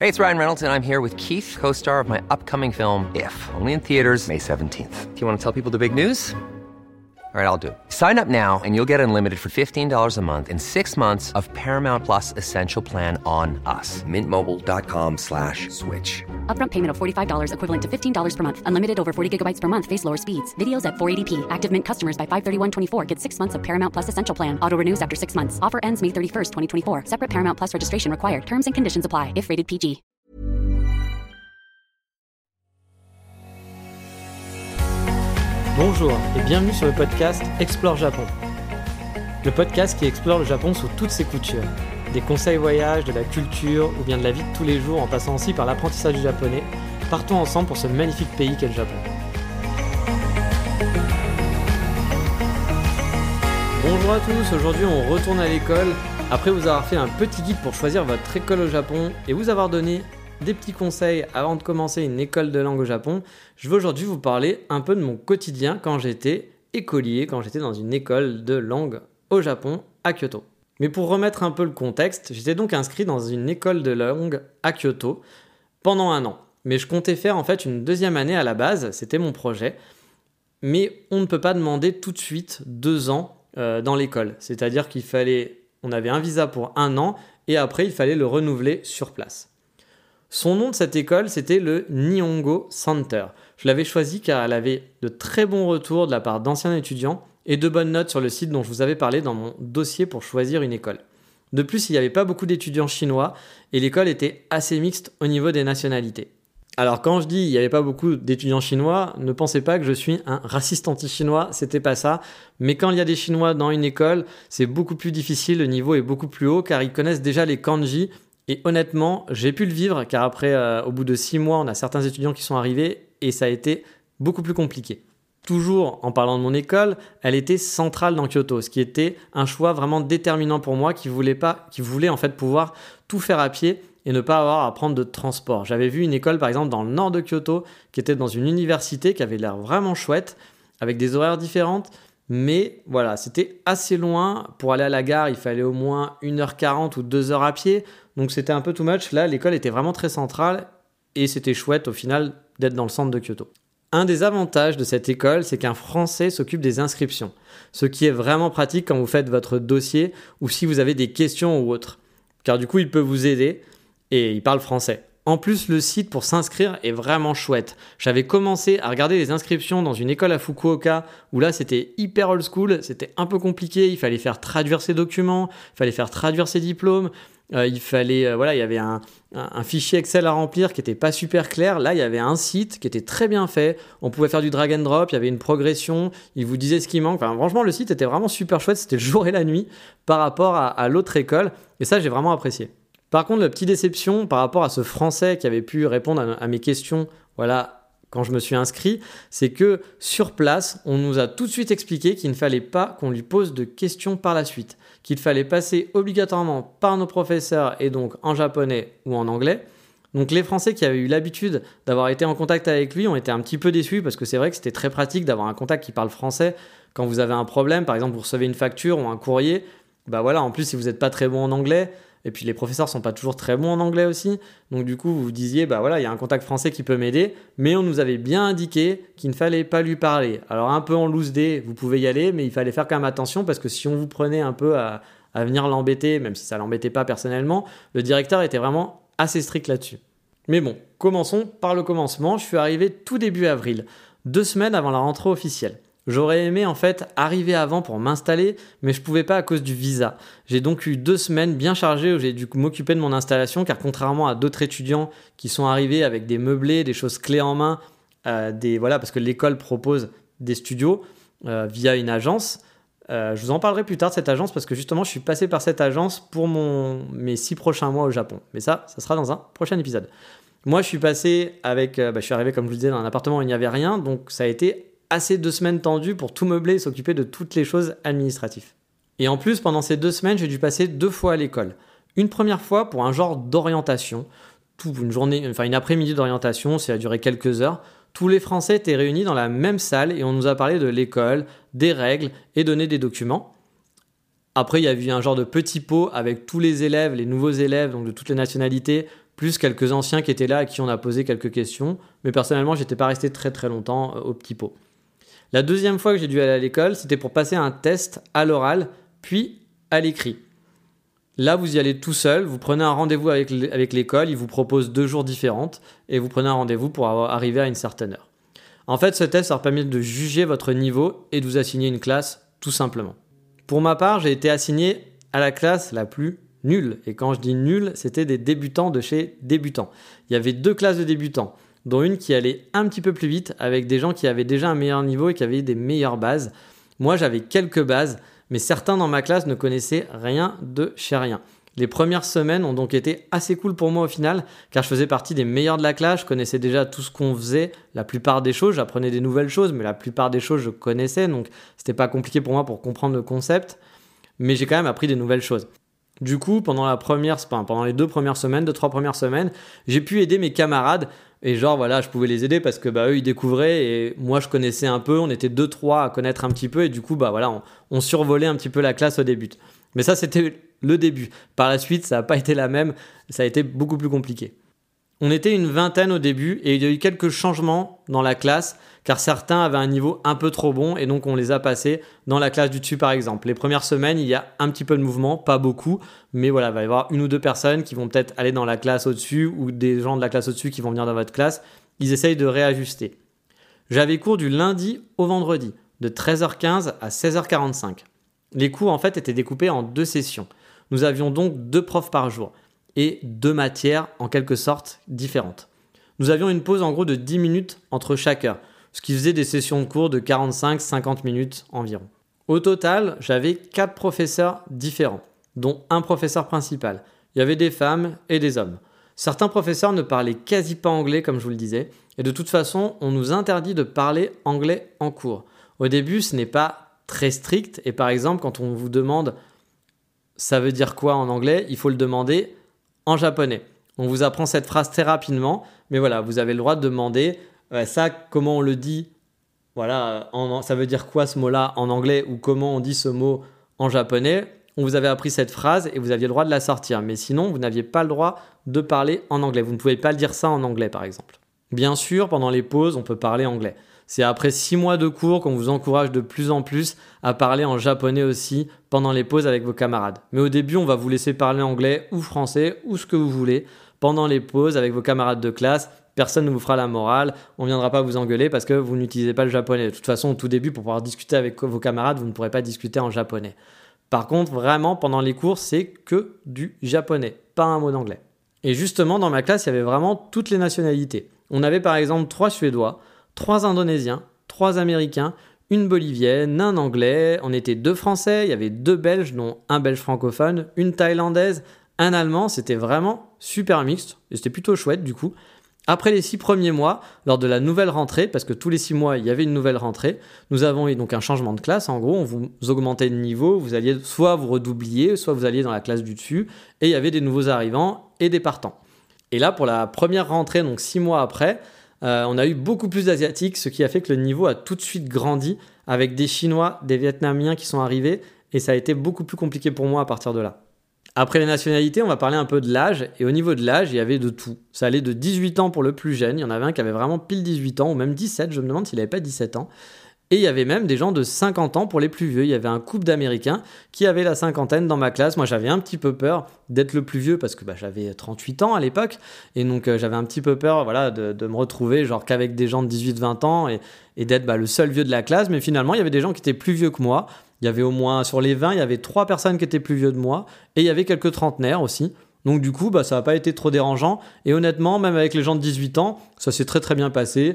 Hey, it's Ryan Reynolds, and I'm here with Keith, co-star of my upcoming film, If, only in theaters May 17th. Do you want to tell people the big news? All right, I'll do it. Sign up now and you'll get unlimited for $15 a month and 6 months of Paramount Plus Essential Plan on us. MintMobile.com/switch. Upfront payment of $45 equivalent to $15 per month. Unlimited over 40 gigabytes per month. Face lower speeds. Videos at 480p. Active Mint customers by 531.24 get 6 months of Paramount Plus Essential Plan. Auto renews after 6 months. Offer ends May 31st, 2024. Separate Paramount Plus registration required. Terms and conditions apply if rated PG. Bonjour et bienvenue sur le podcast Explore Japon. Le podcast qui explore le Japon sous toutes ses coutures. Des conseils voyage, de la culture ou bien de la vie de tous les jours en passant aussi par l'apprentissage du japonais. Partons ensemble pour ce magnifique pays qu'est le Japon. Bonjour à tous, aujourd'hui on retourne à l'école après vous avoir fait un petit guide pour choisir votre école au Japon et vous avoir donné des petits conseils avant de commencer une école de langue au Japon. Je veux aujourd'hui vous parler un peu de mon quotidien quand j'étais écolier, quand j'étais dans une école de langue au Japon à Kyoto. Mais pour remettre un peu le contexte, j'étais donc inscrit dans une école de langue à Kyoto pendant 1 an. Mais je comptais faire en fait une 2e année à la base, c'était mon projet. Mais on ne peut pas demander tout de suite 2 ans dans l'école. C'est-à-dire on avait un visa pour 1 an et après il fallait le renouveler sur place. Son nom de cette école, c'était le Nihongo Center. Je l'avais choisi car elle avait de très bons retours de la part d'anciens étudiants et de bonnes notes sur le site dont je vous avais parlé dans mon dossier pour choisir une école. De plus, il n'y avait pas beaucoup d'étudiants chinois et l'école était assez mixte au niveau des nationalités. Alors quand je dis il n'y avait pas beaucoup d'étudiants chinois, ne pensez pas que je suis un raciste anti-chinois, c'était pas ça. Mais quand il y a des Chinois dans une école, c'est beaucoup plus difficile, le niveau est beaucoup plus haut car ils connaissent déjà les kanji. Et honnêtement, j'ai pu le vivre car après, au bout de 6 mois, on a certains étudiants qui sont arrivés et ça a été beaucoup plus compliqué. Toujours en parlant de mon école, elle était centrale dans Kyoto, ce qui était un choix vraiment déterminant pour moi qui voulait en fait pouvoir tout faire à pied et ne pas avoir à prendre de transport. J'avais vu une école par exemple dans le nord de Kyoto qui était dans une université qui avait l'air vraiment chouette avec des horaires différentes. Mais voilà, c'était assez loin. Pour aller à la gare, il fallait au moins 1h40 ou 2h à pied. Donc c'était un peu too much. Là, l'école était vraiment très centrale et c'était chouette au final d'être dans le centre de Kyoto. Un des avantages de cette école, c'est qu'un Français s'occupe des inscriptions. Ce qui est vraiment pratique quand vous faites votre dossier ou si vous avez des questions ou autres. Car du coup, il peut vous aider et il parle français. En plus, le site pour s'inscrire est vraiment chouette. J'avais commencé à regarder les inscriptions dans une école à Fukuoka où là c'était hyper old school, c'était un peu compliqué, il fallait faire traduire ses documents, il fallait faire traduire ses diplômes, il y avait un fichier Excel à remplir qui était pas super clair. Là, il y avait un site qui était très bien fait, on pouvait faire du drag and drop, il y avait une progression, il vous disait ce qui manque. Enfin, franchement, le site était vraiment super chouette, c'était le jour et la nuit par rapport à l'autre école et ça, j'ai vraiment apprécié. Par contre, la petite déception par rapport à ce Français qui avait pu répondre à mes questions, quand je me suis inscrit, c'est que sur place, on nous a tout de suite expliqué qu'il ne fallait pas qu'on lui pose de questions par la suite, qu'il fallait passer obligatoirement par nos professeurs et donc en japonais ou en anglais. Donc les Français qui avaient eu l'habitude d'avoir été en contact avec lui ont été un petit peu déçus parce que c'est vrai que c'était très pratique d'avoir un contact qui parle français quand vous avez un problème, par exemple vous recevez une facture ou un courrier. En plus si vous n'êtes pas très bon en anglais, et puis les professeurs sont pas toujours très bons en anglais aussi. Donc du coup, vous vous disiez, il y a un contact français qui peut m'aider. Mais on nous avait bien indiqué qu'il ne fallait pas lui parler. Alors un peu en loose day, vous pouvez y aller, mais il fallait faire quand même attention parce que si on vous prenait un peu à venir l'embêter, même si ça l'embêtait pas personnellement, le directeur était vraiment assez strict là-dessus. Mais bon, commençons par le commencement. Je suis arrivé tout début avril, 2 semaines avant la rentrée officielle. J'aurais aimé en fait arriver avant pour m'installer, mais je pouvais pas à cause du visa. J'ai donc eu 2 semaines bien chargées où j'ai dû m'occuper de mon installation, car contrairement à d'autres étudiants qui sont arrivés avec des meublés, des choses clés en main, parce que l'école propose des studios via une agence. Je vous en parlerai plus tard de cette agence parce que justement je suis passé par cette agence pour mes 6 prochains mois au Japon. Mais ça sera dans un prochain épisode. Moi je suis passé je suis arrivé comme je vous le disais dans un appartement où il n'y avait rien, donc ça a été assez 2 semaines tendues pour tout meubler et s'occuper de toutes les choses administratives. Et en plus, pendant ces 2 semaines, j'ai dû passer 2 fois à l'école. Une première fois pour un genre d'orientation, une après-midi d'orientation, ça a duré quelques heures. Tous les Français étaient réunis dans la même salle et on nous a parlé de l'école, des règles et donné des documents. Après, il y a eu un genre de petit pot avec tous les élèves, les nouveaux élèves, donc de toutes les nationalités, plus quelques anciens qui étaient là à qui on a posé quelques questions. Mais personnellement, j'étais pas resté très très longtemps au petit pot. La deuxième fois que j'ai dû aller à l'école, c'était pour passer un test à l'oral, puis à l'écrit. Là, vous y allez tout seul, vous prenez un rendez-vous avec l'école, ils vous proposent 2 jours différents et vous prenez un rendez-vous pour arriver à une certaine heure. En fait, ce test, ça leur permet de juger votre niveau et de vous assigner une classe, tout simplement. Pour ma part, j'ai été assigné à la classe la plus nulle. Et quand je dis nulle, c'était des débutants de chez débutants. Il y avait 2 classes de débutants, dont une qui allait un petit peu plus vite, avec des gens qui avaient déjà un meilleur niveau et qui avaient des meilleures bases. Moi, j'avais quelques bases, mais certains dans ma classe ne connaissaient rien de chez rien. Les premières semaines ont donc été assez cool pour moi au final, car je faisais partie des meilleurs de la classe, je connaissais déjà tout ce qu'on faisait, la plupart des choses, j'apprenais des nouvelles choses, mais la plupart des choses je connaissais, donc c'était pas compliqué pour moi pour comprendre le concept, mais j'ai quand même appris des nouvelles choses. Du coup, pendant les 2 premières semaines, 3 premières semaines, j'ai pu aider mes camarades, et je pouvais les aider parce que eux ils découvraient et moi je connaissais un peu, on était 2-3 à connaître un petit peu et du coup on survolait un petit peu la classe au début. Mais ça c'était le début. Par la suite ça n'a pas été la même, ça a été beaucoup plus compliqué. On était une vingtaine au début et il y a eu quelques changements dans la classe car certains avaient un niveau un peu trop bon et donc on les a passés dans la classe du dessus par exemple. Les premières semaines, il y a un petit peu de mouvement, pas beaucoup, mais il va y avoir 1 ou 2 personnes qui vont peut-être aller dans la classe au-dessus ou des gens de la classe au-dessus qui vont venir dans votre classe. Ils essayent de réajuster. J'avais cours du lundi au vendredi, de 13h15 à 16h45. Les cours en fait étaient découpés en 2 sessions. Nous avions donc 2 profs par jour et 2 matières en quelque sorte différentes. Nous avions une pause en gros de 10 minutes entre chaque heure, ce qui faisait des sessions de cours de 45-50 minutes environ. Au total, j'avais 4 professeurs différents, dont un professeur principal. Il y avait des femmes et des hommes. Certains professeurs ne parlaient quasi pas anglais, comme je vous le disais, et de toute façon, on nous interdit de parler anglais en cours. Au début, ce n'est pas très strict, et par exemple, quand on vous demande « ça veut dire quoi en anglais ?», il faut le demander en japonais. On vous apprend cette phrase très rapidement, mais voilà, vous avez le droit de demander ça, comment on le dit, ça veut dire quoi ce mot-là en anglais ou comment on dit ce mot en japonais. On vous avait appris cette phrase et vous aviez le droit de la sortir, mais sinon, vous n'aviez pas le droit de parler en anglais. Vous ne pouvez pas dire ça en anglais, par exemple. Bien sûr, pendant les pauses, on peut parler anglais. C'est après 6 mois de cours qu'on vous encourage de plus en plus à parler en japonais aussi pendant les pauses avec vos camarades. Mais au début, on va vous laisser parler anglais ou français ou ce que vous voulez pendant les pauses avec vos camarades de classe. Personne ne vous fera la morale, on ne viendra pas vous engueuler parce que vous n'utilisez pas le japonais. De toute façon, au tout début, pour pouvoir discuter avec vos camarades, vous ne pourrez pas discuter en japonais. Par contre, vraiment, pendant les cours, c'est que du japonais, pas un mot d'anglais. Et justement, dans ma classe, il y avait vraiment toutes les nationalités. On avait par exemple 3 Suédois, 3 Indonésiens, 3 Américains, une Bolivienne, un Anglais, on était 2 Français, il y avait 2 Belges, dont un Belge francophone, une Thaïlandaise, un Allemand, c'était vraiment super mixte et c'était plutôt chouette du coup. Après les 6 premiers mois, lors de la nouvelle rentrée, parce que tous les 6 mois, il y avait une nouvelle rentrée, nous avons eu donc un changement de classe. En gros, on vous augmentait de niveau, vous alliez soit vous redoubliez, soit vous alliez dans la classe du dessus, et il y avait des nouveaux arrivants et des partants. Et là, pour la première rentrée, donc 6 mois après, on a eu beaucoup plus d'Asiatiques, ce qui a fait que le niveau a tout de suite grandi, avec des Chinois, des Vietnamiens qui sont arrivés, et ça a été beaucoup plus compliqué pour moi à partir de là. Après les nationalités, on va parler un peu de l'âge. Et au niveau de l'âge, il y avait de tout. Ça allait de 18 ans pour le plus jeune. Il y en avait un qui avait vraiment pile 18 ans, ou même 17. Je me demande s'il n'avait pas 17 ans. Et il y avait même des gens de 50 ans pour les plus vieux. Il y avait un couple d'Américains qui avait la cinquantaine dans ma classe. Moi, j'avais un petit peu peur d'être le plus vieux parce que j'avais 38 ans à l'époque. Et donc, j'avais un petit peu peur de me retrouver qu'avec des gens de 18-20 ans et d'être le seul vieux de la classe. Mais finalement, il y avait des gens qui étaient plus vieux que moi. Il y avait au moins, sur les 20, il y avait 3 personnes qui étaient plus vieux de moi. Et il y avait quelques trentenaires aussi. Donc du coup, ça n'a pas été trop dérangeant. Et honnêtement, même avec les gens de 18 ans, ça s'est très très bien passé.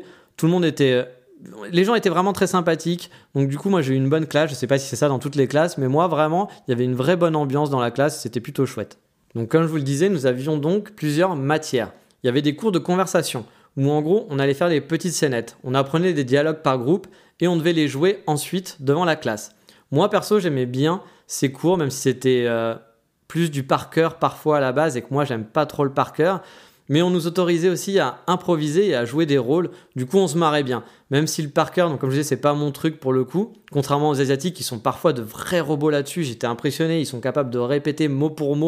Les gens étaient vraiment très sympathiques. Donc du coup, moi j'ai eu une bonne classe. Je ne sais pas si c'est ça dans toutes les classes. Mais moi vraiment, il y avait une vraie bonne ambiance dans la classe. C'était plutôt chouette. Donc comme je vous le disais, nous avions donc plusieurs matières. Il y avait des cours de conversation. Où en gros, on allait faire des petites scénettes. On apprenait des dialogues par groupe. Et on devait les jouer ensuite devant la classe. Moi, perso, j'aimais bien ces cours, même si c'était plus du par cœur parfois à la base et que moi, j'aime pas trop le par cœur. Mais on nous autorisait aussi à improviser et à jouer des rôles. Du coup, on se marrait bien. Même si le par cœur, donc comme je disais, c'est pas mon truc pour le coup. Contrairement aux Asiatiques qui sont parfois de vrais robots là-dessus. J'étais impressionné. Ils sont capables de répéter mot pour mot.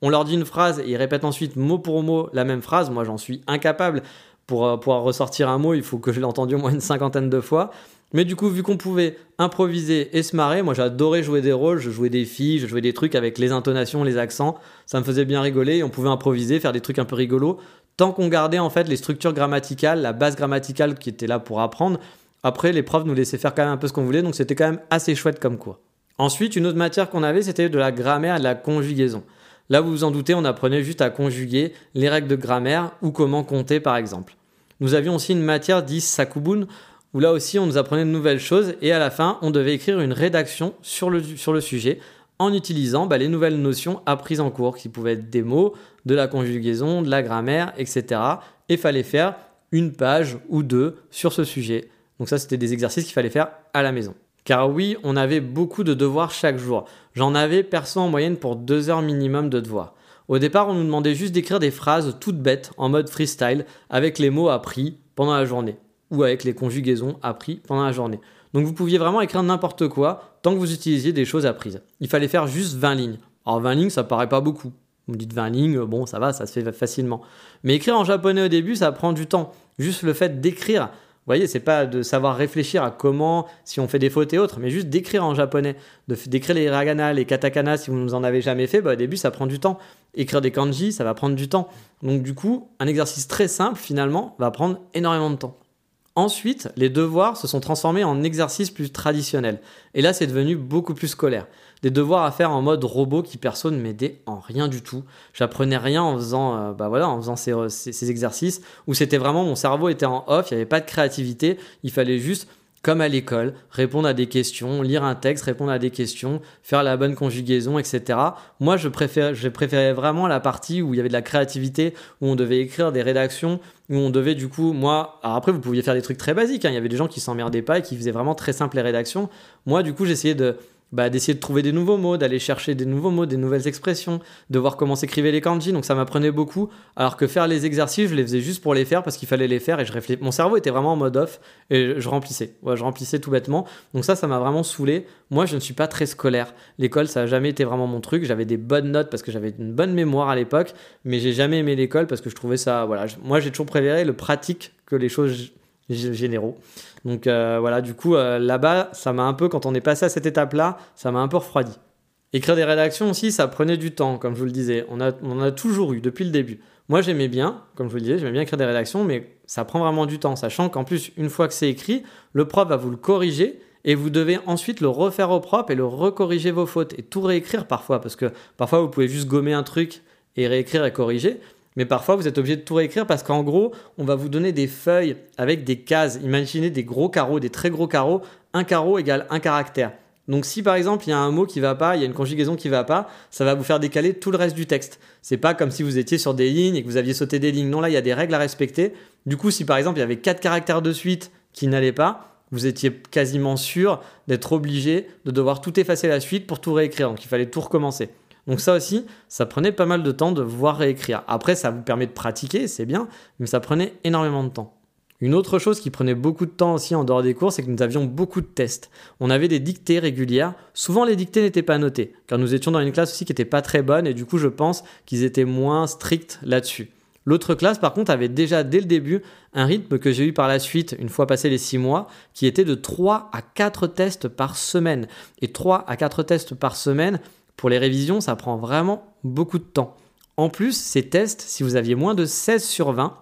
On leur dit une phrase et ils répètent ensuite mot pour mot la même phrase. Moi, j'en suis incapable. Pour pouvoir ressortir un mot, il faut que je l'ai entendu au moins une 50aine de fois. Mais du coup, vu qu'on pouvait improviser et se marrer, moi j'adorais jouer des rôles, je jouais des filles, je jouais des trucs avec les intonations, les accents, ça me faisait bien rigoler et on pouvait improviser, faire des trucs un peu rigolos, tant qu'on gardait en fait les structures grammaticales, la base grammaticale qui était là pour apprendre. Après, les profs nous laissaient faire quand même un peu ce qu'on voulait, donc c'était quand même assez chouette comme cours. Ensuite, une autre matière qu'on avait, c'était de la grammaire et de la conjugaison. Là, vous vous en doutez, on apprenait juste à conjuguer les règles de grammaire ou comment compter par exemple. Nous avions aussi une matière dite sakubun, où là aussi on nous apprenait de nouvelles choses et à la fin on devait écrire une rédaction sur le sujet en utilisant les nouvelles notions apprises en cours qui pouvaient être des mots, de la conjugaison, de la grammaire, etc. Et il fallait faire une page ou deux sur ce sujet. Donc ça c'était des exercices qu'il fallait faire à la maison. Car oui, on avait beaucoup de devoirs chaque jour. J'en avais perso en moyenne pour 2 heures minimum de devoirs. Au départ, on nous demandait juste d'écrire des phrases toutes bêtes en mode freestyle avec les mots appris pendant la journée ou avec les conjugaisons apprises pendant la journée. Donc vous pouviez vraiment écrire n'importe quoi tant que vous utilisiez des choses apprises. Il fallait faire juste 20 lignes. Alors 20 lignes, ça paraît pas beaucoup. Vous me dites 20 lignes, bon ça va, ça se fait facilement. Mais écrire en japonais au début, ça prend du temps. Juste le fait d'écrire, vous voyez, c'est pas de savoir réfléchir à comment, si on fait des fautes et autres, mais juste d'écrire en japonais, d'écrire les hiragana, les katakana, si vous n'en avez jamais fait, au début ça prend du temps. Écrire des kanji, ça va prendre du temps. Donc du coup, un exercice très simple finalement va prendre énormément de temps. Ensuite, les devoirs se sont transformés en exercices plus traditionnels. Et là, c'est devenu beaucoup plus scolaire. Des devoirs à faire en mode robot qui perso ne m'aidaient en rien du tout. J'apprenais rien en faisant ces exercices où c'était vraiment mon cerveau était en off, il n'y avait pas de créativité, il fallait juste comme à l'école, répondre à des questions, lire un texte, répondre à des questions, faire la bonne conjugaison, etc. Moi, je préférais vraiment la partie où il y avait de la créativité, où on devait écrire des rédactions, où on devait du coup, alors après, vous pouviez faire des trucs très basiques, il y avait des gens qui s'emmerdaient pas et qui faisaient vraiment très simple les rédactions. Moi, du coup, j'essayais d'essayer de trouver des nouveaux mots, d'aller chercher des nouveaux mots, des nouvelles expressions, de voir comment s'écrivaient les kanji, donc ça m'apprenait beaucoup, alors que faire les exercices, je les faisais juste pour les faire, parce qu'il fallait les faire, et mon cerveau était vraiment en mode off, et je remplissais tout bêtement, donc ça m'a vraiment saoulé. Moi, je ne suis pas très scolaire, l'école, ça n'a jamais été vraiment mon truc, j'avais des bonnes notes, parce que j'avais une bonne mémoire à l'époque, mais j'ai jamais aimé l'école, parce que je trouvais ça, moi j'ai toujours préféré le pratique que les choses généraux. Donc du coup là-bas ça m'a un peu, quand on est passé à cette étape-là, ça m'a un peu refroidi. Écrire des rédactions aussi, ça prenait du temps, comme je vous le disais, on a toujours eu depuis le début. Moi j'aimais bien, comme je vous le disais, j'aimais bien écrire des rédactions, mais ça prend vraiment du temps, sachant qu'en plus une fois que c'est écrit, le prof va vous le corriger et vous devez ensuite le refaire au propre et le recorriger vos fautes et tout réécrire parfois, parce que parfois vous pouvez juste gommer un truc et réécrire et corriger. Mais parfois, vous êtes obligé de tout réécrire parce qu'en gros, on va vous donner des feuilles avec des cases. Imaginez des gros carreaux, des très gros carreaux. Un carreau égale un caractère. Donc si par exemple, il y a un mot qui ne va pas, il y a une conjugaison qui ne va pas, ça va vous faire décaler tout le reste du texte. C'est pas comme si vous étiez sur des lignes et que vous aviez sauté des lignes. Non, là, il y a des règles à respecter. Du coup, si par exemple, il y avait 4 caractères de suite qui n'allaient pas, vous étiez quasiment sûr d'être obligé de devoir tout effacer la suite pour tout réécrire. Donc il fallait tout recommencer. Donc ça aussi, ça prenait pas mal de temps de voir réécrire. Après, ça vous permet de pratiquer, c'est bien, mais ça prenait énormément de temps. Une autre chose qui prenait beaucoup de temps aussi en dehors des cours, c'est que nous avions beaucoup de tests. On avait des dictées régulières. Souvent, les dictées n'étaient pas notées, car nous étions dans une classe aussi qui n'était pas très bonne, et du coup, je pense qu'ils étaient moins stricts là-dessus. L'autre classe, par contre, avait déjà dès le début un rythme que j'ai eu par la suite, une fois passé les 6 mois, qui était de 3 à 4 tests par semaine. Et 3 à 4 tests par semaine, pour les révisions, ça prend vraiment beaucoup de temps. En plus, ces tests, si vous aviez moins de 16 sur 20,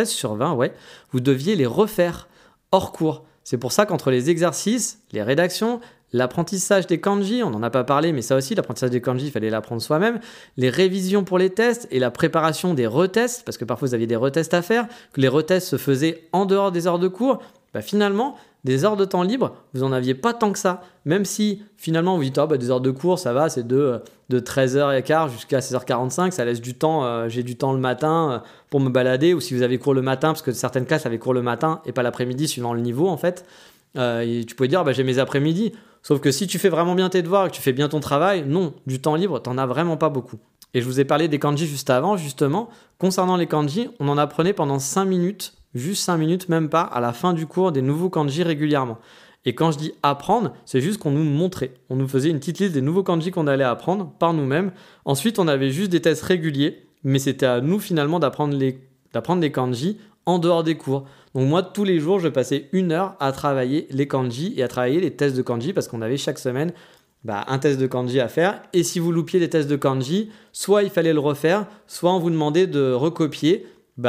vous deviez les refaire hors cours. C'est pour ça qu'entre les exercices, les rédactions, l'apprentissage des kanji, on n'en a pas parlé, mais ça aussi, l'apprentissage des kanji, il fallait l'apprendre soi-même, les révisions pour les tests et la préparation des retests, parce que parfois vous aviez des retests à faire, que les retests se faisaient en dehors des heures de cours, finalement, des heures de temps libre, vous n'en aviez pas tant que ça. Même si finalement vous dites des heures de cours, ça va, c'est de 13h15 jusqu'à 16h45, ça laisse du temps, j'ai du temps le matin pour me balader, ou si vous avez cours le matin, parce que certaines classes avaient cours le matin et pas l'après-midi suivant le niveau en fait. Et tu pouvais dire j'ai mes après-midi. Sauf que si tu fais vraiment bien tes devoirs et que tu fais bien ton travail, non, du temps libre, t'en as vraiment pas beaucoup. Et je vous ai parlé des kanji juste avant, justement. Concernant les kanji, on en apprenait pendant 5 minutes, juste 5 minutes, même pas, à la fin du cours, des nouveaux kanji régulièrement. Et quand je dis apprendre, c'est juste qu'on nous montrait. On nous faisait une petite liste des nouveaux kanji qu'on allait apprendre par nous-mêmes. Ensuite, on avait juste des tests réguliers, mais c'était à nous finalement d'apprendre les kanji en dehors des cours. Donc moi, tous les jours, je passais 1 heure à travailler les kanji et à travailler les tests de kanji parce qu'on avait chaque semaine un test de kanji à faire. Et si vous loupiez les tests de kanji, soit il fallait le refaire, soit on vous demandait de recopier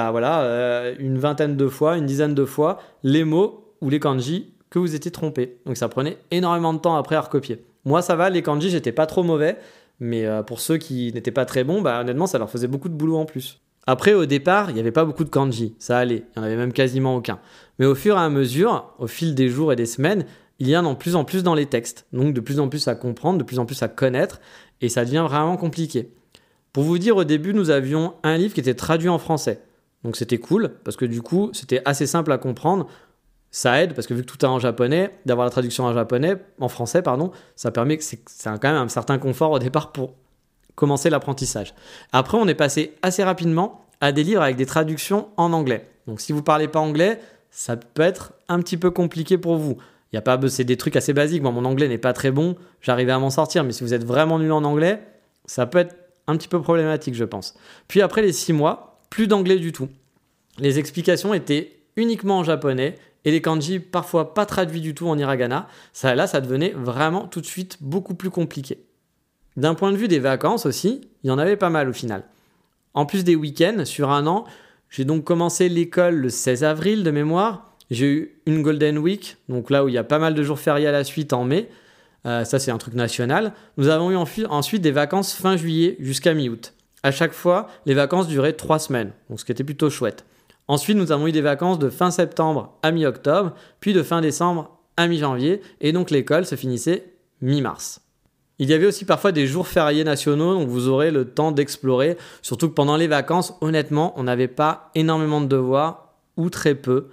une vingtaine de fois, une dizaine de fois, les mots ou les kanji que vous étiez trompé. Donc ça prenait énormément de temps après à recopier. Moi, ça va, les kanji, j'étais pas trop mauvais, mais pour ceux qui n'étaient pas très bons, honnêtement, ça leur faisait beaucoup de boulot en plus. Après, au départ, il n'y avait pas beaucoup de kanji, ça allait, il n'y en avait même quasiment aucun. Mais au fur et à mesure, au fil des jours et des semaines, il y en a de plus en plus dans les textes. Donc de plus en plus à comprendre, de plus en plus à connaître, et ça devient vraiment compliqué. Pour vous dire, au début, nous avions un livre qui était traduit en français. Donc c'était cool, parce que du coup, c'était assez simple à comprendre. Ça aide, parce que vu que tout est en japonais, d'avoir la traduction en français, ça permet que c'est quand même un certain confort au départ pour commencer l'apprentissage. Après, on est passé assez rapidement à des livres avec des traductions en anglais. Donc si vous ne parlez pas anglais, ça peut être un petit peu compliqué pour vous. C'est des trucs assez basiques. Moi, mon anglais n'est pas très bon, j'arrivais à m'en sortir, mais si vous êtes vraiment nul en anglais, ça peut être un petit peu problématique, je pense. Puis après les 6 mois, plus d'anglais du tout. Les explications étaient uniquement en japonais et les kanji parfois pas traduits du tout en hiragana. Ça devenait vraiment tout de suite beaucoup plus compliqué. D'un point de vue des vacances aussi, il y en avait pas mal au final. En plus des week-ends, sur 1 an, j'ai donc commencé l'école le 16 avril de mémoire. J'ai eu une Golden Week, donc là où il y a pas mal de jours fériés à la suite en mai. Ça, c'est un truc national. Nous avons eu ensuite des vacances fin juillet jusqu'à mi-août. À chaque fois, les vacances duraient 3 semaines, donc ce qui était plutôt chouette. Ensuite, nous avons eu des vacances de fin septembre à mi-octobre, puis de fin décembre à mi-janvier, et donc l'école se finissait mi-mars. Il y avait aussi parfois des jours fériés nationaux, donc vous aurez le temps d'explorer, surtout que pendant les vacances, honnêtement, on n'avait pas énormément de devoirs, ou très peu.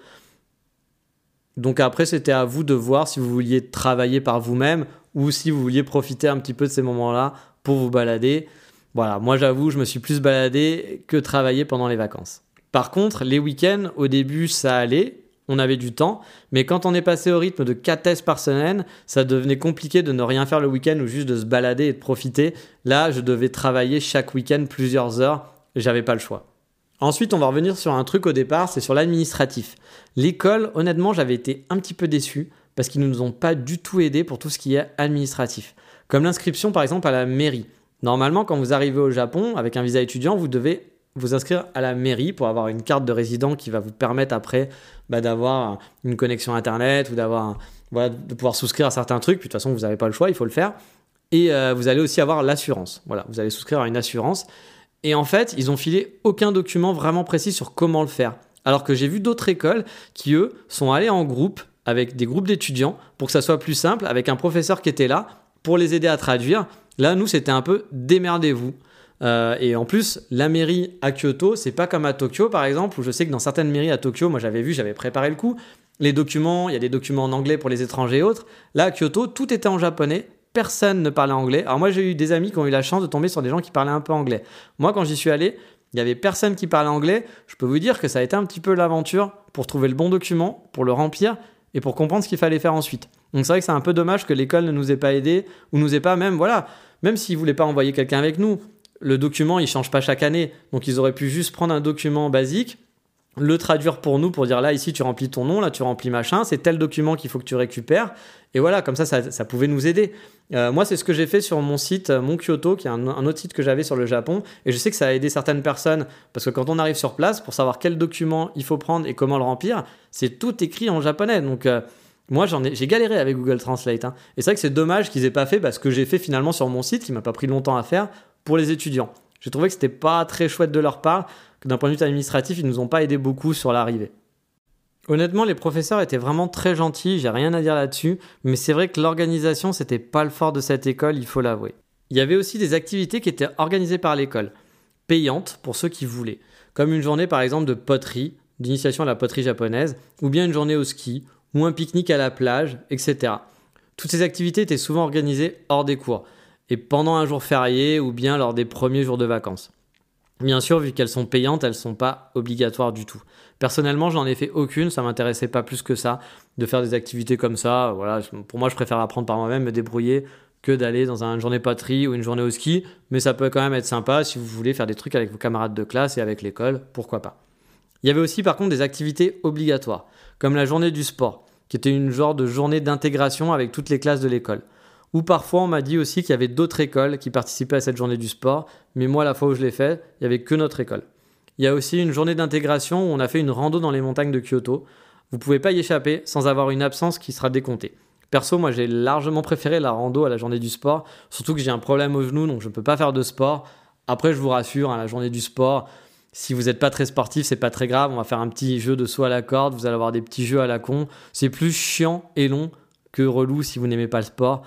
Donc après, c'était à vous de voir si vous vouliez travailler par vous-même, ou si vous vouliez profiter un petit peu de ces moments-là pour vous balader. Voilà, moi j'avoue, je me suis plus baladé que travaillé pendant les vacances. Par contre, les week-ends, au début, ça allait, on avait du temps, mais quand on est passé au rythme de 4 tests par semaine, ça devenait compliqué de ne rien faire le week-end ou juste de se balader et de profiter. Là, je devais travailler chaque week-end plusieurs heures, j'avais pas le choix. Ensuite, on va revenir sur un truc au départ, c'est sur l'administratif. L'école, honnêtement, j'avais été un petit peu déçu parce qu'ils ne nous ont pas du tout aidés pour tout ce qui est administratif. Comme l'inscription, par exemple, à la mairie. Normalement, quand vous arrivez au Japon avec un visa étudiant, vous devez vous inscrire à la mairie pour avoir une carte de résident qui va vous permettre après d'avoir une connexion internet ou de pouvoir souscrire à certains trucs. Puis de toute façon, vous n'avez pas le choix, il faut le faire. Et vous allez aussi avoir l'assurance. Voilà, vous allez souscrire à une assurance. Et en fait, ils ont filé aucun document vraiment précis sur comment le faire. Alors que j'ai vu d'autres écoles qui, eux, sont allés en groupe avec des groupes d'étudiants pour que ça soit plus simple, avec un professeur qui était là pour les aider à traduire. Là, nous, c'était un peu démerdez-vous. Et en plus, la mairie à Kyoto, c'est pas comme à Tokyo par exemple, où je sais que dans certaines mairies à Tokyo, moi j'avais préparé le coup, les documents, il y a des documents en anglais pour les étrangers et autres. Là à Kyoto, tout était en japonais, personne ne parlait anglais. Alors moi j'ai eu des amis qui ont eu la chance de tomber sur des gens qui parlaient un peu anglais. Moi quand j'y suis allé, il y avait personne qui parlait anglais. Je peux vous dire que ça a été un petit peu l'aventure pour trouver le bon document, pour le remplir et pour comprendre ce qu'il fallait faire ensuite. Donc c'est vrai que c'est un peu dommage que l'école ne nous ait pas aidés ou nous ait pas même s'ils voulaient pas envoyer quelqu'un avec nous. Le document, il change pas chaque année. Donc, ils auraient pu juste prendre un document basique, le traduire pour nous, pour dire là, ici, tu remplis ton nom, là, tu remplis machin, c'est tel document qu'il faut que tu récupères. Et voilà, comme ça pouvait nous aider. Moi, c'est ce que j'ai fait sur mon site, Mon Kyoto, qui est un autre site que j'avais sur le Japon. Et je sais que ça a aidé certaines personnes, parce que quand on arrive sur place, pour savoir quel document il faut prendre et comment le remplir, c'est tout écrit en japonais. Donc, moi, j'ai galéré avec Google Translate. Et c'est vrai que c'est dommage qu'ils aient pas fait ce que j'ai fait finalement sur mon site, qui m'a pas pris longtemps à faire, pour les étudiants. J'ai trouvé que c'était pas très chouette de leur part, que d'un point de vue administratif, ils nous ont pas aidé beaucoup sur l'arrivée. Honnêtement, les professeurs étaient vraiment très gentils, j'ai rien à dire là-dessus, mais c'est vrai que l'organisation, c'était pas le fort de cette école, il faut l'avouer. Il y avait aussi des activités qui étaient organisées par l'école, payantes pour ceux qui voulaient, comme une journée par exemple de poterie, d'initiation à la poterie japonaise, ou bien une journée au ski, ou un pique-nique à la plage, etc. Toutes ces activités étaient souvent organisées hors des cours, et pendant un jour férié ou bien lors des premiers jours de vacances. Bien sûr, vu qu'elles sont payantes, elles ne sont pas obligatoires du tout. Personnellement, j'en ai fait aucune, ça ne m'intéressait pas plus que ça, de faire des activités comme ça. Voilà, pour moi, je préfère apprendre par moi-même, me débrouiller, que d'aller dans une journée poterie ou une journée au ski. Mais ça peut quand même être sympa si vous voulez faire des trucs avec vos camarades de classe et avec l'école, pourquoi pas. Il y avait aussi par contre des activités obligatoires, comme la journée du sport, qui était une genre de journée d'intégration avec toutes les classes de l'école. Ou parfois, on m'a dit aussi qu'il y avait d'autres écoles qui participaient à cette journée du sport, mais moi, la fois où je l'ai fait, il n'y avait que notre école. Il y a aussi une journée d'intégration où on a fait une rando dans les montagnes de Kyoto. Vous ne pouvez pas y échapper sans avoir une absence qui sera décomptée. Perso, moi, j'ai largement préféré la rando à la journée du sport, surtout que j'ai un problème au genou, donc je ne peux pas faire de sport. Après, je vous rassure, la journée du sport, si vous n'êtes pas très sportif, c'est pas très grave. On va faire un petit jeu de saut à la corde, vous allez avoir des petits jeux à la con. C'est plus chiant et long que relou si vous n'aimez pas le sport.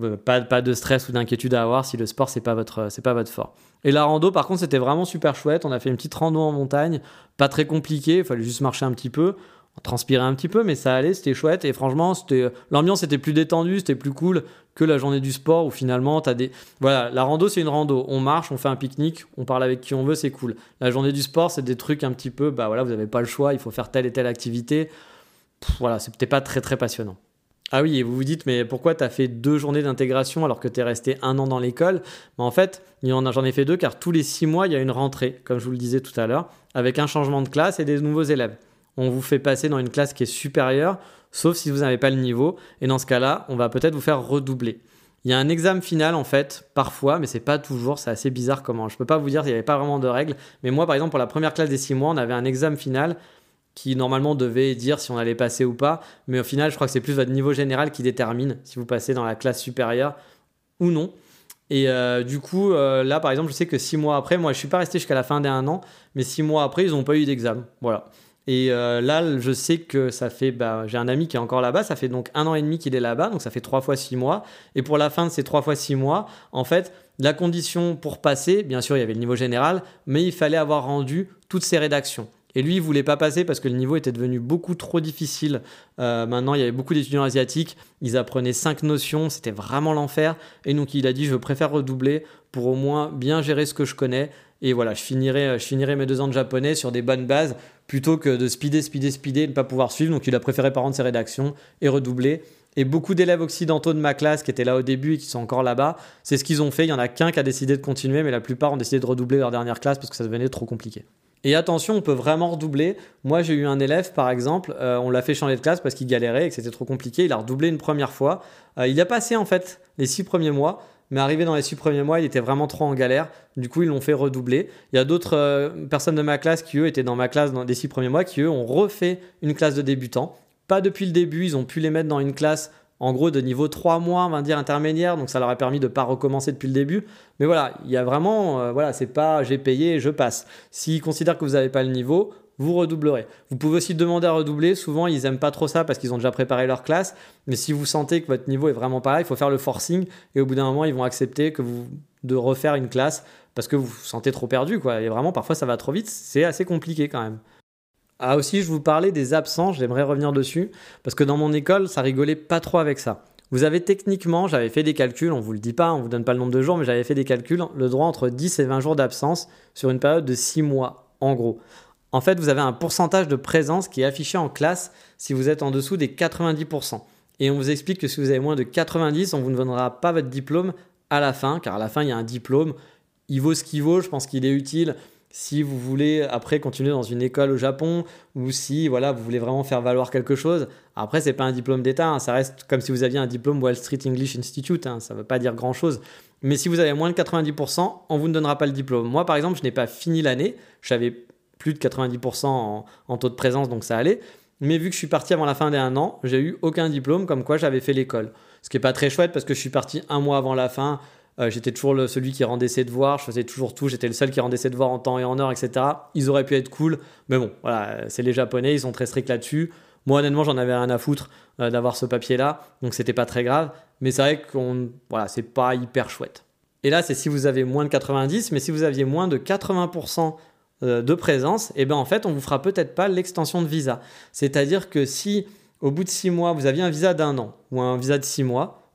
Pas de stress ou d'inquiétude à avoir si le sport c'est pas votre fort. Et la rando par contre c'était vraiment super chouette, on a fait une petite rando en montagne, pas très compliqué, il fallait juste marcher un petit peu, transpirer un petit peu mais ça allait, c'était chouette et franchement l'ambiance était plus détendue, c'était plus cool que la journée du sport où finalement voilà, la rando c'est une rando, on marche, on fait un pique-nique, on parle avec qui on veut, c'est cool. La journée du sport c'est des trucs un petit peu, voilà, vous n'avez pas le choix, il faut faire telle et telle activité, voilà, c'est peut-être pas très très passionnant. Ah oui, et vous vous dites, mais pourquoi tu as fait 2 journées d'intégration alors que tu es resté 1 an dans l'école ? En fait, j'en ai fait 2 car tous les 6 mois, il y a une rentrée, comme je vous le disais tout à l'heure, avec un changement de classe et des nouveaux élèves. On vous fait passer dans une classe qui est supérieure, sauf si vous n'avez pas le niveau. Et dans ce cas-là, on va peut-être vous faire redoubler. Il y a un examen final en fait, parfois, mais c'est pas toujours, c'est assez bizarre comment. Je peux pas vous dire, il n'y avait pas vraiment de règles. Mais moi, par exemple, pour la première classe des 6 mois, on avait un examen final qui normalement devait dire si on allait passer ou pas, mais au final je crois que c'est plus votre niveau général qui détermine si vous passez dans la classe supérieure ou non. Et du coup là par exemple je sais que 6 mois après, moi je suis pas resté jusqu'à la fin des 1 an, mais 6 mois après ils n'ont pas eu d'examen, voilà. Et là je sais que ça fait, j'ai un ami qui est encore là-bas, ça fait donc 1 an et demi qu'il est là-bas, donc ça fait 3 fois 6 mois, et pour la fin de ces 3 fois 6 mois, en fait la condition pour passer, bien sûr il y avait le niveau général, mais il fallait avoir rendu toutes ces rédactions. Et lui, il ne voulait pas passer parce que le niveau était devenu beaucoup trop difficile. Maintenant, il y avait beaucoup d'étudiants asiatiques. Ils apprenaient 5 notions. C'était vraiment l'enfer. Et donc, il a dit, je préfère redoubler pour au moins bien gérer ce que je connais. Et voilà, je finirai mes 2 ans de japonais sur des bonnes bases plutôt que de speeder et ne pas pouvoir suivre. Donc, il a préféré pas rendre ses rédactions et redoubler. Et beaucoup d'élèves occidentaux de ma classe qui étaient là au début et qui sont encore là-bas, c'est ce qu'ils ont fait. Il n'y en a qu'un qui a décidé de continuer, mais la plupart ont décidé de redoubler leur dernière classe parce que ça devenait trop compliqué. Et attention, on peut vraiment redoubler. Moi, j'ai eu un élève, par exemple, on l'a fait changer de classe parce qu'il galérait et que c'était trop compliqué. Il a redoublé une première fois. Il a passé, en fait, les 6 premiers mois. Mais arrivé dans les 6 premiers mois, il était vraiment trop en galère. Du coup, ils l'ont fait redoubler. Il y a d'autres personnes de ma classe qui, eux, étaient dans ma classe dans les 6 premiers mois, qui, eux, ont refait une classe de débutants. Pas depuis le début, ils ont pu les mettre dans une classe en gros de niveau 3 mois, on va dire intermédiaire, donc ça leur a permis de ne pas recommencer depuis le début. Mais voilà, il y a vraiment, c'est pas j'ai payé et je passe. S'ils considèrent que vous n'avez pas le niveau, vous redoublerez. Vous pouvez aussi demander à redoubler, souvent ils n'aiment pas trop ça parce qu'ils ont déjà préparé leur classe, mais si vous sentez que votre niveau est vraiment pas là, il faut faire le forcing et au bout d'un moment ils vont accepter de refaire une classe parce que vous vous sentez trop perdu, quoi. Et vraiment parfois ça va trop vite, c'est assez compliqué quand même. Ah aussi, je vous parlais des absences, j'aimerais revenir dessus, parce que dans mon école, ça rigolait pas trop avec ça. Vous avez techniquement, j'avais fait des calculs, on vous le dit pas, on vous donne pas le nombre de jours, mais j'avais fait des calculs, le droit entre 10 et 20 jours d'absence sur une période de 6 mois, en gros. En fait, vous avez un pourcentage de présence qui est affiché en classe si vous êtes en dessous des 90%. Et on vous explique que si vous avez moins de 90, on vous ne donnera pas votre diplôme à la fin, car à la fin, il y a un diplôme, il vaut ce qu'il vaut, je pense qu'il est utile. Si vous voulez après continuer dans une école au Japon ou si vous voulez vraiment faire valoir quelque chose, après c'est pas un diplôme d'État, ça reste comme si vous aviez un diplôme Wall Street English Institute, ça veut pas dire grand chose. Mais si vous avez moins de 90%, on vous ne donnera pas le diplôme. Moi par exemple, je n'ai pas fini l'année, j'avais plus de 90% en taux de présence donc ça allait. Mais vu que je suis parti avant la fin des 1 an, j'ai eu aucun diplôme comme quoi j'avais fait l'école. Ce qui est pas très chouette parce que je suis parti 1 mois avant la fin. J'étais toujours celui qui rendait ses devoirs, je faisais toujours tout, j'étais le seul qui rendait ses devoirs en temps et en heure, etc. Ils auraient pu être cool, mais bon, voilà, c'est les Japonais, ils sont très stricts là-dessus. Moi, honnêtement, j'en avais rien à foutre d'avoir ce papier-là, donc c'était pas très grave. Mais c'est vrai que c'est pas hyper chouette. Et là, c'est si vous avez moins de 90, mais si vous aviez moins de 80% de présence, en fait, on vous fera peut-être pas l'extension de visa. C'est-à-dire que si, au bout de 6 mois, vous aviez un visa d'1 an ou un visa de 6 mois,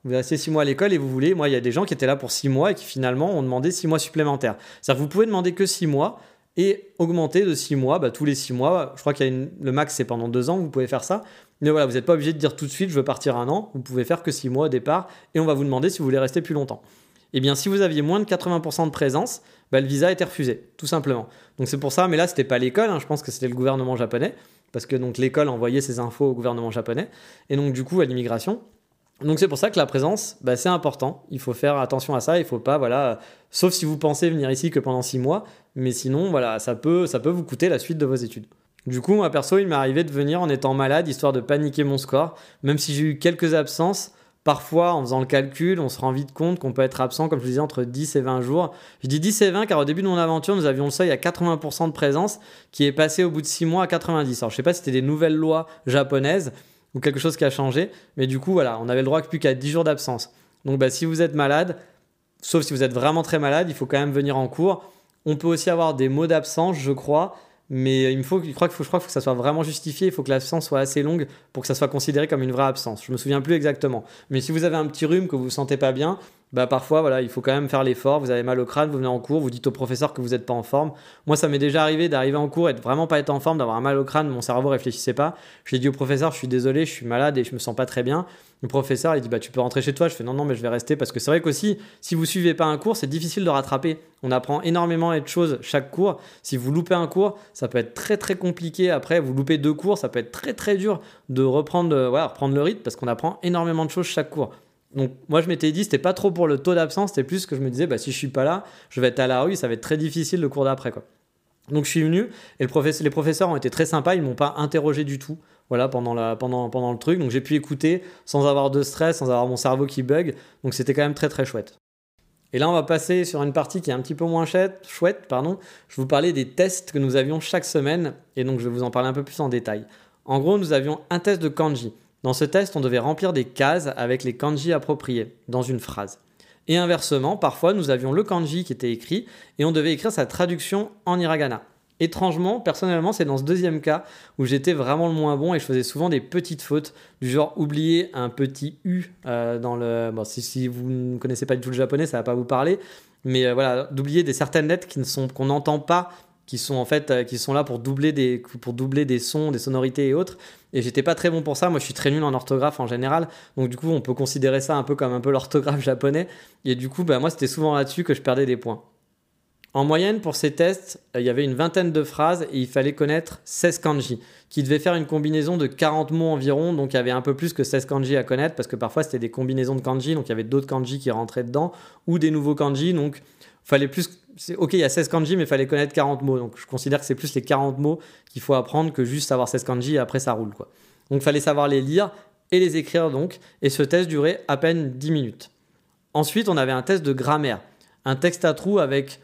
Vous restez 6 mois à l'école et vous voulez... Moi, il y a des gens qui étaient là pour 6 mois et qui finalement ont demandé 6 mois supplémentaires. C'est-à-dire que vous pouvez demander que 6 mois et augmenter de 6 mois, tous les 6 mois. Je crois qu'il y a le max, c'est pendant 2 ans que vous pouvez faire ça. Mais voilà, vous n'êtes pas obligé de dire tout de suite, je veux partir 1 an. Vous pouvez faire que 6 mois au départ et on va vous demander si vous voulez rester plus longtemps. Eh bien, si vous aviez moins de 80% de présence, le visa était refusé, tout simplement. Donc c'est pour ça, mais là, c'était pas l'école, je pense que c'était le gouvernement japonais, parce que donc, l'école envoyait ses infos au gouvernement japonais, et donc du coup à l'immigration. Donc c'est pour ça que la présence, c'est important. Il faut faire attention à ça. Il faut pas, sauf si vous pensez venir ici que pendant 6 mois, mais sinon, ça peut vous coûter la suite de vos études. Du coup, moi perso, il m'est arrivé de venir en étant malade, histoire de paniquer mon score, même si j'ai eu quelques absences. Parfois, en faisant le calcul, on se rend vite compte qu'on peut être absent, comme je vous disais, entre 10 et 20 jours. Je dis 10 et 20 car au début de mon aventure, nous avions le seuil à 80% de présence qui est passé au bout de 6 mois à 90. Alors, je ne sais pas si c'était des nouvelles lois japonaises ou quelque chose qui a changé, mais du coup, voilà, on avait le droit plus qu'à 10 jours d'absence. Donc, si vous êtes malade, sauf si vous êtes vraiment très malade, il faut quand même venir en cours. On peut aussi avoir des mots d'absence, je crois. Mais je crois qu'il faut que ça soit vraiment justifié. Il faut que l'absence soit assez longue pour que ça soit considéré comme une vraie absence. Je me souviens plus exactement. Mais si vous avez un petit rhume, que vous vous sentez pas bien, parfois, il faut quand même faire l'effort. Vous avez mal au crâne, vous venez en cours, vous dites au professeur que vous n'êtes pas en forme. Moi, ça m'est déjà arrivé d'arriver en cours et de vraiment pas être en forme, d'avoir un mal au crâne, mon cerveau réfléchissait pas. J'ai dit au professeur, je suis désolé, je suis malade et je me sens pas très bien. Le professeur, il dit, tu peux rentrer chez toi. Je fais non, mais je vais rester parce que c'est vrai qu'aussi, si vous suivez pas un cours, c'est difficile de rattraper. On apprend énormément de choses chaque cours. Si vous loupez un cours, ça peut être très très compliqué. Après, vous loupez 2 cours, ça peut être très très dur de reprendre le rythme parce qu'on apprend énormément de choses chaque cours. Donc moi je m'étais dit c'était pas trop pour le taux d'absence, c'était plus que je me disais si je suis pas là, je vais être à la rue, ça va être très difficile le cours d'après quoi. Donc je suis venu et les professeurs ont été très sympas, ils m'ont pas interrogé du tout. Pendant le truc, donc j'ai pu écouter sans avoir de stress, sans avoir mon cerveau qui bug. Donc c'était quand même très très chouette. Et là on va passer sur une partie qui est un petit peu moins chouette. Je vous parlais des tests que nous avions chaque semaine et donc je vais vous en parler un peu plus en détail. En gros, nous avions un test de kanji. Dans ce test, on devait remplir des cases avec les kanji appropriés dans une phrase. Et inversement, parfois, nous avions le kanji qui était écrit et on devait écrire sa traduction en hiragana. Étrangement, personnellement, c'est dans ce deuxième cas où j'étais vraiment le moins bon et je faisais souvent des petites fautes du genre oublier un petit U dans le... Bon, si vous ne connaissez pas du tout le japonais, ça ne va pas vous parler, mais d'oublier certaines lettres qu'on n'entend pas, qui sont là pour doubler des sons, des sonorités et autres. Et j'étais pas très bon pour ça. Moi, je suis très nul en orthographe en général. Donc du coup, on peut considérer ça un peu comme l'orthographe japonais. Et du coup, moi, c'était souvent là-dessus que je perdais des points. En moyenne, pour ces tests, il y avait une vingtaine de phrases et il fallait connaître 16 kanji, qui devaient faire une combinaison de 40 mots environ. Donc il y avait un peu plus que 16 kanji à connaître parce que parfois, c'était des combinaisons de kanji. Donc il y avait d'autres kanji qui rentraient dedans ou des nouveaux kanji. Donc fallait plus... Ok, il y a 16 kanji, mais il fallait connaître 40 mots. Donc, je considère que c'est plus les 40 mots qu'il faut apprendre que juste savoir 16 kanji et après, ça roule, quoi. Donc, il fallait savoir les lire et les écrire, donc. Et ce test durait à peine 10 minutes. Ensuite, on avait un test de grammaire. Un texte à trous avec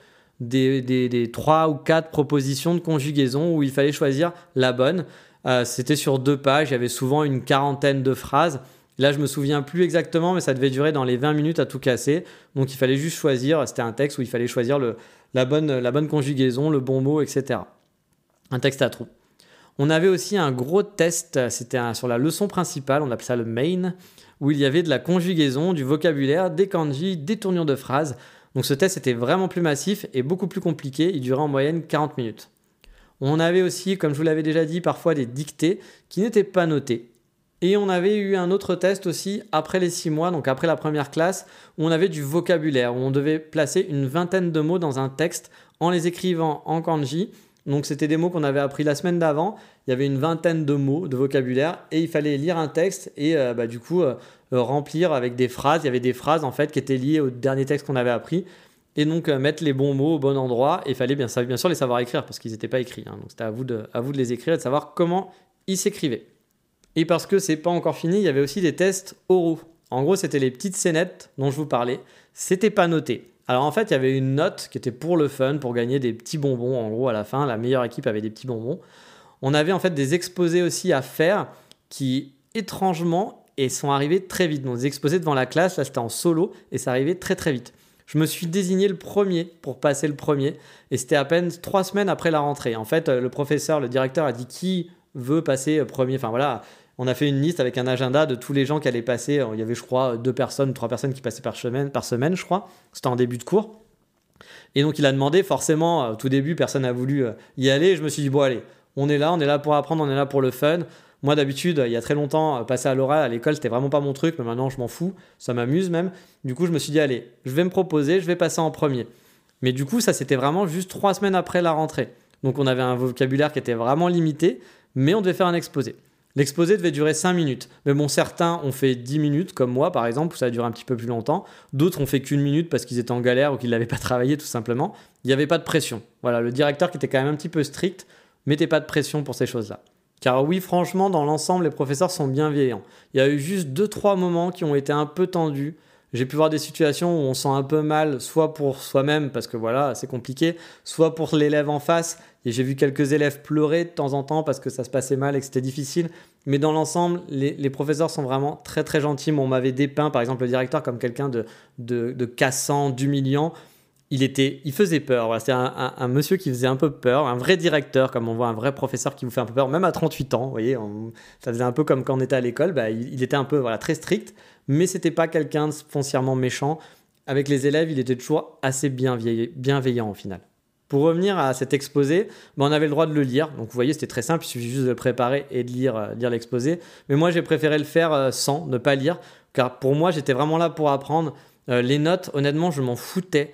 des 3 ou 4 propositions de conjugaison où il fallait choisir la bonne. C'était sur 2 pages. Il y avait souvent une quarantaine de phrases. Là, je me souviens plus exactement, mais ça devait durer dans les 20 minutes à tout casser. Donc, il fallait juste choisir. C'était un texte où il fallait choisir la bonne conjugaison, le bon mot, etc. Un texte à trous. On avait aussi un gros test. C'était sur la leçon principale. On appelait ça le main, où il y avait de la conjugaison, du vocabulaire, des kanji, des tournures de phrases. Donc, ce test était vraiment plus massif et beaucoup plus compliqué. Il durait en moyenne 40 minutes. On avait aussi, comme je vous l'avais déjà dit, parfois des dictées qui n'étaient pas notées. Et on avait eu un autre test aussi après les 6 mois, donc après la première classe, où on avait du vocabulaire, où on devait placer une vingtaine de mots dans un texte en les écrivant en kanji. Donc c'était des mots qu'on avait appris la semaine d'avant. Il y avait une vingtaine de mots de vocabulaire et il fallait lire un texte et remplir avec des phrases. Il y avait des phrases en fait qui étaient liées au dernier texte qu'on avait appris. Et donc mettre les bons mots au bon endroit. Et il fallait bien sûr les savoir écrire parce qu'ils n'étaient pas écrits. Donc c'était à vous de les écrire et de savoir comment ils s'écrivaient. Et parce que c'est pas encore fini, il y avait aussi des tests oraux. En gros, c'était les petites scénettes dont je vous parlais. C'était pas noté. Alors en fait, il y avait une note qui était pour le fun, pour gagner des petits bonbons. En gros, à la fin, la meilleure équipe avait des petits bonbons. On avait en fait des exposés aussi à faire qui, étrangement, sont arrivés très vite. Donc des exposés devant la classe, là c'était en solo et ça arrivait très très vite. Je me suis désigné le premier pour passer le premier et c'était à peine 3 semaines après la rentrée. En fait, le directeur a dit qui veut passer premier. Enfin voilà, on a fait une liste avec un agenda de tous les gens qui allaient passer. Il y avait, je crois, 2 personnes, 3 personnes qui passaient par semaine, je crois. C'était en début de cours. Et donc, il a demandé, forcément, au tout début, personne n'a voulu y aller. Je me suis dit, bon, allez, on est là pour apprendre, on est là pour le fun. Moi, d'habitude, il y a très longtemps, passer à l'oral à l'école, c'était vraiment pas mon truc, mais maintenant, je m'en fous, ça m'amuse même. Du coup, je me suis dit, allez, je vais me proposer, je vais passer en premier. Mais du coup, ça, c'était vraiment juste 3 semaines après la rentrée. Donc, on avait un vocabulaire qui était vraiment limité, mais on devait faire un exposé. L'exposé devait durer 5 minutes. Mais bon, certains ont fait 10 minutes, comme moi, par exemple, où ça a duré un petit peu plus longtemps. D'autres ont fait qu'1 minute parce qu'ils étaient en galère ou qu'ils ne l'avaient pas travaillé, tout simplement. Il n'y avait pas de pression. Voilà, le directeur qui était quand même un petit peu strict, mettait pas de pression pour ces choses-là. Car oui, franchement, dans l'ensemble, les professeurs sont bienveillants. Il y a eu juste 2-3 moments qui ont été un peu tendus. J'ai pu voir des situations où on sent un peu mal, soit pour soi-même, parce que voilà, c'est compliqué, soit pour l'élève en face. Et j'ai vu quelques élèves pleurer de temps en temps parce que ça se passait mal et que c'était difficile. Mais dans l'ensemble, les professeurs sont vraiment très très gentils. On m'avait dépeint, par exemple, le directeur comme quelqu'un de cassant, d'humiliant. Il faisait peur. Voilà, c'était un monsieur qui faisait un peu peur, un vrai directeur, comme on voit un vrai professeur qui vous fait un peu peur, même à 38 ans. Vous voyez, ça faisait un peu comme quand on était à l'école. Il était un peu très strict, mais c'était pas quelqu'un de foncièrement méchant. Avec les élèves, il était toujours assez bienveillant au final. Pour revenir à cet exposé, on avait le droit de le lire. Donc vous voyez, c'était très simple, il suffit juste de le préparer et de lire l'exposé. Mais moi, j'ai préféré le faire sans, ne pas lire, car pour moi, j'étais vraiment là pour apprendre. Les notes, honnêtement, je m'en foutais.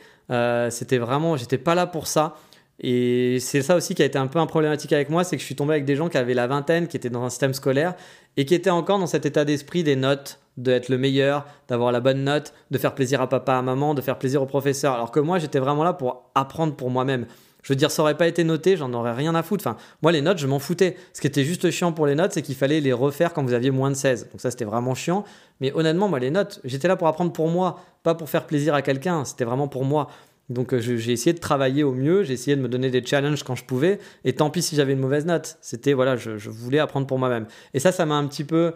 J'étais pas là pour ça. Et c'est ça aussi qui a été un peu un problématique avec moi, c'est que je suis tombé avec des gens qui avaient la vingtaine, qui étaient dans un système scolaire et qui étaient encore dans cet état d'esprit des notes, d'être le meilleur, d'avoir la bonne note, de faire plaisir à papa, à maman, de faire plaisir au professeur. Alors que moi, j'étais vraiment là pour apprendre pour moi-même. Je veux dire, ça aurait pas été noté, j'en aurais rien à foutre. Enfin, moi, les notes, je m'en foutais. Ce qui était juste chiant pour les notes, c'est qu'il fallait les refaire quand vous aviez moins de 16. Donc ça, c'était vraiment chiant. Mais honnêtement, moi, les notes, j'étais là pour apprendre pour moi, pas pour faire plaisir à quelqu'un. C'était vraiment pour moi. Donc j'ai essayé de travailler au mieux, j'ai essayé de me donner des challenges quand je pouvais, et tant pis si j'avais une mauvaise note. C'était je voulais apprendre pour moi-même. Et ça m'a un petit peu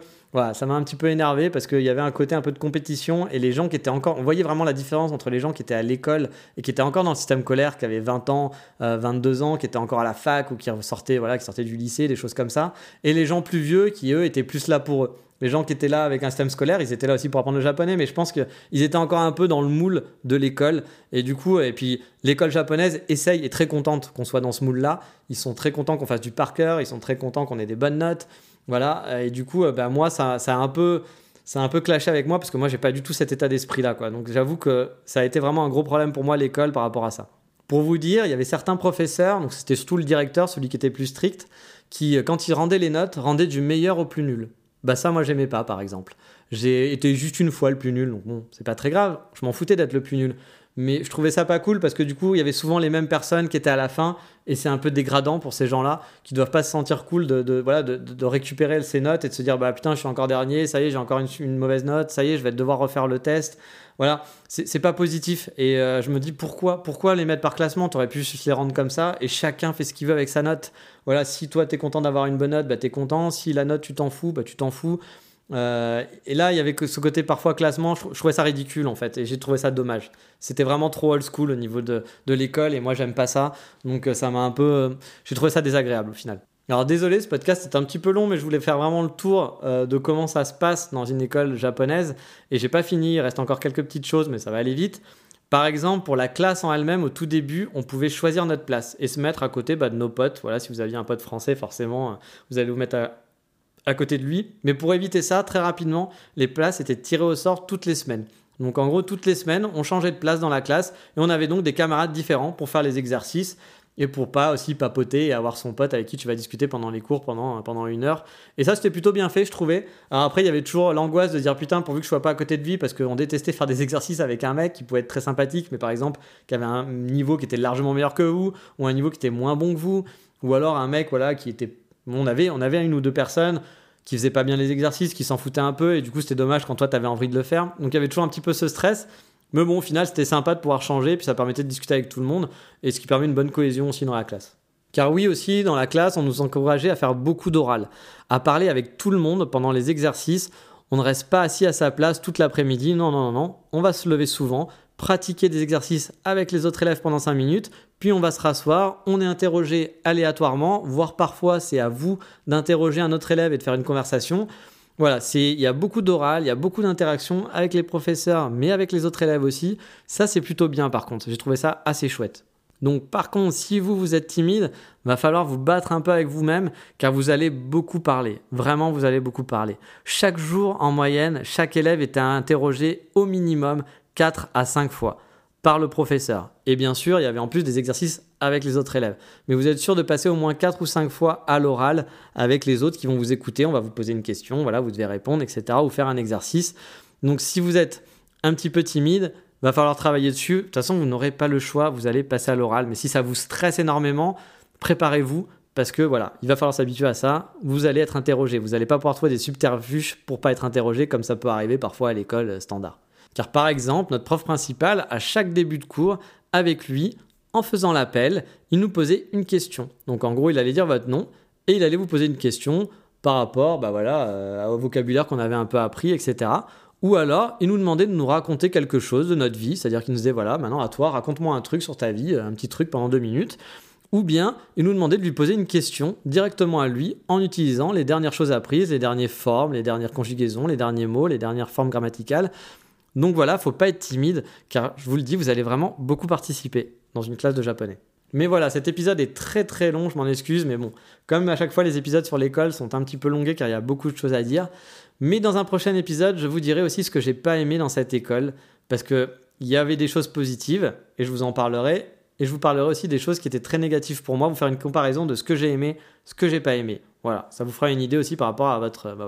énervé parce qu'il y avait un côté un peu de compétition et les gens qui étaient encore, on voyait vraiment la différence entre les gens qui étaient à l'école et qui étaient encore dans le système scolaire, qui avaient 20 ans, 22 ans, qui étaient encore à la fac ou qui sortaient du lycée, des choses comme ça, et les gens plus vieux qui eux étaient plus là pour eux. Les gens qui étaient là avec un système scolaire, ils étaient là aussi pour apprendre le japonais, mais je pense qu'ils étaient encore un peu dans le moule de l'école. Et du coup, et puis l'école japonaise est très contente qu'on soit dans ce moule-là. Ils sont très contents qu'on fasse du par cœur, ils sont très contents qu'on ait des bonnes notes. Voilà. Et du coup, moi, ça a un peu clashé avec moi parce que moi, j'ai pas du tout cet état d'esprit-là, quoi. Donc j'avoue que ça a été vraiment un gros problème pour moi, l'école, par rapport à ça. Pour vous dire, il y avait certains professeurs, donc c'était surtout le directeur, celui qui était plus strict, qui, quand il rendait les notes, rendait du meilleur au plus nul. Ça, moi, j'aimais pas, par exemple. J'ai été juste une fois le plus nul, donc bon, c'est pas très grave. Je m'en foutais d'être le plus nul. Mais je trouvais ça pas cool parce que du coup, il y avait souvent les mêmes personnes qui étaient à la fin et c'est un peu dégradant pour ces gens-là qui doivent pas se sentir cool de récupérer ces notes et de se dire putain, je suis encore dernier, ça y est, j'ai encore une mauvaise note, ça y est, je vais devoir refaire le test. Voilà, c'est pas positif et je me dis pourquoi les mettre par classement? T'aurais pu les rendre comme ça et chacun fait ce qu'il veut avec sa note. Voilà, si toi t'es content d'avoir une bonne note, t'es content. Si la note tu t'en fous, tu t'en fous. Et là, il y avait ce côté parfois classement, je trouvais ça ridicule en fait, et j'ai trouvé ça dommage. C'était vraiment trop old school au niveau de l'école, et moi j'aime pas ça, donc ça m'a j'ai trouvé ça désagréable au final. Alors désolé, ce podcast est un petit peu long, mais je voulais faire vraiment le tour de comment ça se passe dans une école japonaise, et j'ai pas fini, il reste encore quelques petites choses, mais ça va aller vite. Par exemple, pour la classe en elle-même, au tout début, on pouvait choisir notre place et se mettre à côté de nos potes. Voilà, si vous aviez un pote français, forcément, vous allez vous mettre à côté de lui. Mais pour éviter ça, très rapidement, les places étaient tirées au sort toutes les semaines. Donc en gros, toutes les semaines, on changeait de place dans la classe et on avait donc des camarades différents pour faire les exercices et pour pas aussi papoter et avoir son pote avec qui tu vas discuter pendant les cours pendant 1 heure. Et ça, c'était plutôt bien fait, je trouvais. Alors après, il y avait toujours l'angoisse de dire putain, pourvu que je sois pas à côté de lui, parce qu'on détestait faire des exercices avec un mec qui pouvait être très sympathique, mais par exemple, qui avait un niveau qui était largement meilleur que vous, ou un niveau qui était moins bon que vous, ou alors un mec qui était... On avait 1 ou 2 personnes qui faisaient pas bien les exercices, qui s'en foutaient un peu, et du coup, c'était dommage quand toi, t'avais envie de le faire. Donc il y avait toujours un petit peu ce stress. Mais bon, au final, c'était sympa de pouvoir changer, puis ça permettait de discuter avec tout le monde, et ce qui permet une bonne cohésion aussi dans la classe. Car oui, aussi, dans la classe, on nous encourageait à faire beaucoup d'oral, à parler avec tout le monde pendant les exercices. On ne reste pas assis à sa place toute l'après-midi, non, on va se lever souvent, pratiquer des exercices avec les autres élèves pendant 5 minutes, puis on va se rasseoir, on est interrogé aléatoirement, voire parfois c'est à vous d'interroger un autre élève et de faire une conversation. Voilà, il y a beaucoup d'oral, il y a beaucoup d'interactions avec les professeurs, mais avec les autres élèves aussi. Ça, c'est plutôt bien par contre, j'ai trouvé ça assez chouette. Donc par contre, si vous êtes timide, va falloir vous battre un peu avec vous-même car vous allez beaucoup parler. Vraiment, vous allez beaucoup parler. Chaque jour, en moyenne, chaque élève est interrogé au minimum 4 à 5 fois par le professeur. Et bien sûr, il y avait en plus des exercices avec les autres élèves. Mais vous êtes sûr de passer au moins 4 ou 5 fois à l'oral avec les autres qui vont vous écouter. On va vous poser une question, voilà, vous devez répondre, etc. ou faire un exercice. Donc si vous êtes un petit peu timide, va falloir travailler dessus. De toute façon, vous n'aurez pas le choix, vous allez passer à l'oral. Mais si ça vous stresse énormément, préparez-vous parce que voilà, il va falloir s'habituer à ça. Vous allez être interrogé. Vous n'allez pas pouvoir trouver des subterfuges pour pas être interrogé comme ça peut arriver parfois à l'école standard. Car par exemple, notre prof principal, à chaque début de cours, avec lui, en faisant l'appel, il nous posait une question. Donc en gros, il allait dire votre nom et il allait vous poser une question par rapport au vocabulaire qu'on avait un peu appris, etc. Ou alors, il nous demandait de nous raconter quelque chose de notre vie, c'est-à-dire qu'il nous disait, voilà, maintenant à toi, raconte-moi un truc sur ta vie, un petit truc pendant 2 minutes. Ou bien, il nous demandait de lui poser une question directement à lui en utilisant les dernières choses apprises, les dernières formes, les dernières conjugaisons, les derniers mots, les dernières formes grammaticales. Donc voilà, faut pas être timide, car je vous le dis, vous allez vraiment beaucoup participer dans une classe de japonais. Mais voilà, cet épisode est très très long, je m'en excuse, mais bon, comme à chaque fois les épisodes sur l'école sont un petit peu longués car il y a beaucoup de choses à dire. Mais dans un prochain épisode, je vous dirai aussi ce que j'ai pas aimé dans cette école, parce qu'il y avait des choses positives, et je vous en parlerai, et je vous parlerai aussi des choses qui étaient très négatives pour moi, vous faire une comparaison de ce que j'ai aimé, ce que j'ai pas aimé. Voilà, ça vous fera une idée aussi par rapport à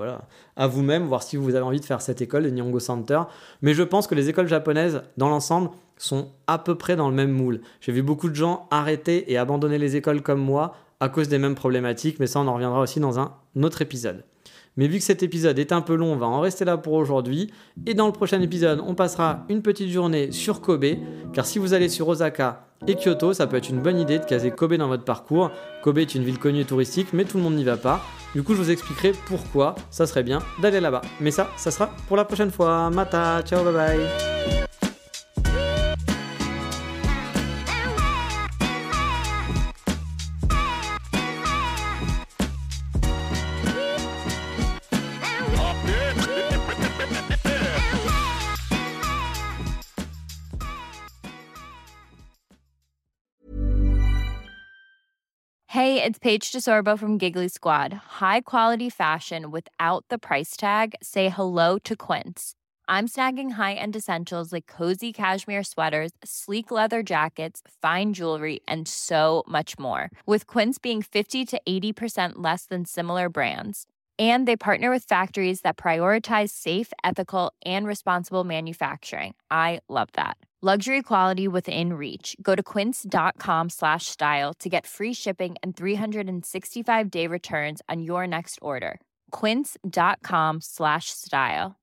à vous-même, voir si vous avez envie de faire cette école, le Nihongo Center. Mais je pense que les écoles japonaises, dans l'ensemble, sont à peu près dans le même moule. J'ai vu beaucoup de gens arrêter et abandonner les écoles comme moi à cause des mêmes problématiques, mais ça on en reviendra aussi dans un autre épisode. Mais vu que cet épisode est un peu long, on va en rester là pour aujourd'hui. Et dans le prochain épisode, on passera une petite journée sur Kobe, car si vous allez sur Osaka et Kyoto, ça peut être une bonne idée de caser Kobe dans votre parcours. Kobe est une ville connue et touristique, mais tout le monde n'y va pas. Du coup, je vous expliquerai pourquoi ça serait bien d'aller là-bas. Mais ça sera pour la prochaine fois. Mata, ciao, bye bye. Hey, it's Paige DeSorbo from Giggly Squad. High quality fashion without the price tag. Say hello to Quince. I'm snagging high-end essentials like cozy cashmere sweaters, sleek leather jackets, fine jewelry, and so much more. With Quince being 50 to 80% less than similar brands. And they partner with factories that prioritize safe, ethical, and responsible manufacturing. I love that. Luxury quality within reach. Go to quince.com/style to get free shipping and 365-day returns on your next order. Quince.com/style.